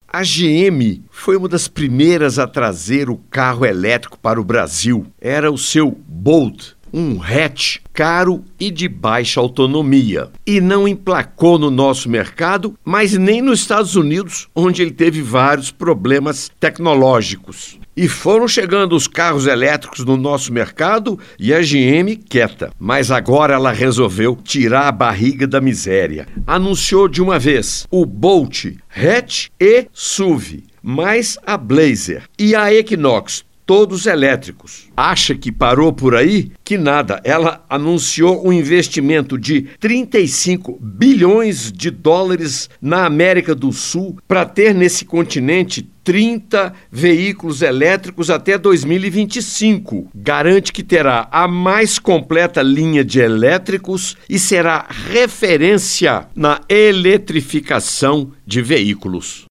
A GM foi uma das primeiras a trazer o carro elétrico para o Brasil. Era o seu Bolt, um hatch caro e de baixa autonomia. E não emplacou no nosso mercado, mas nem nos Estados Unidos, onde ele teve vários problemas tecnológicos. E foram chegando os carros elétricos no nosso mercado e a GM quieta. Mas agora ela resolveu tirar a barriga da miséria. Anunciou de uma vez o Bolt, hatch e SUV, mais a Blazer e a Equinox, todos elétricos. Acha que parou por aí? Que nada. Ela anunciou um investimento de 35 bilhões de dólares na América do Sul para ter nesse continente 30 veículos elétricos até 2025. Garante que terá a mais completa linha de elétricos e será referência na eletrificação de veículos.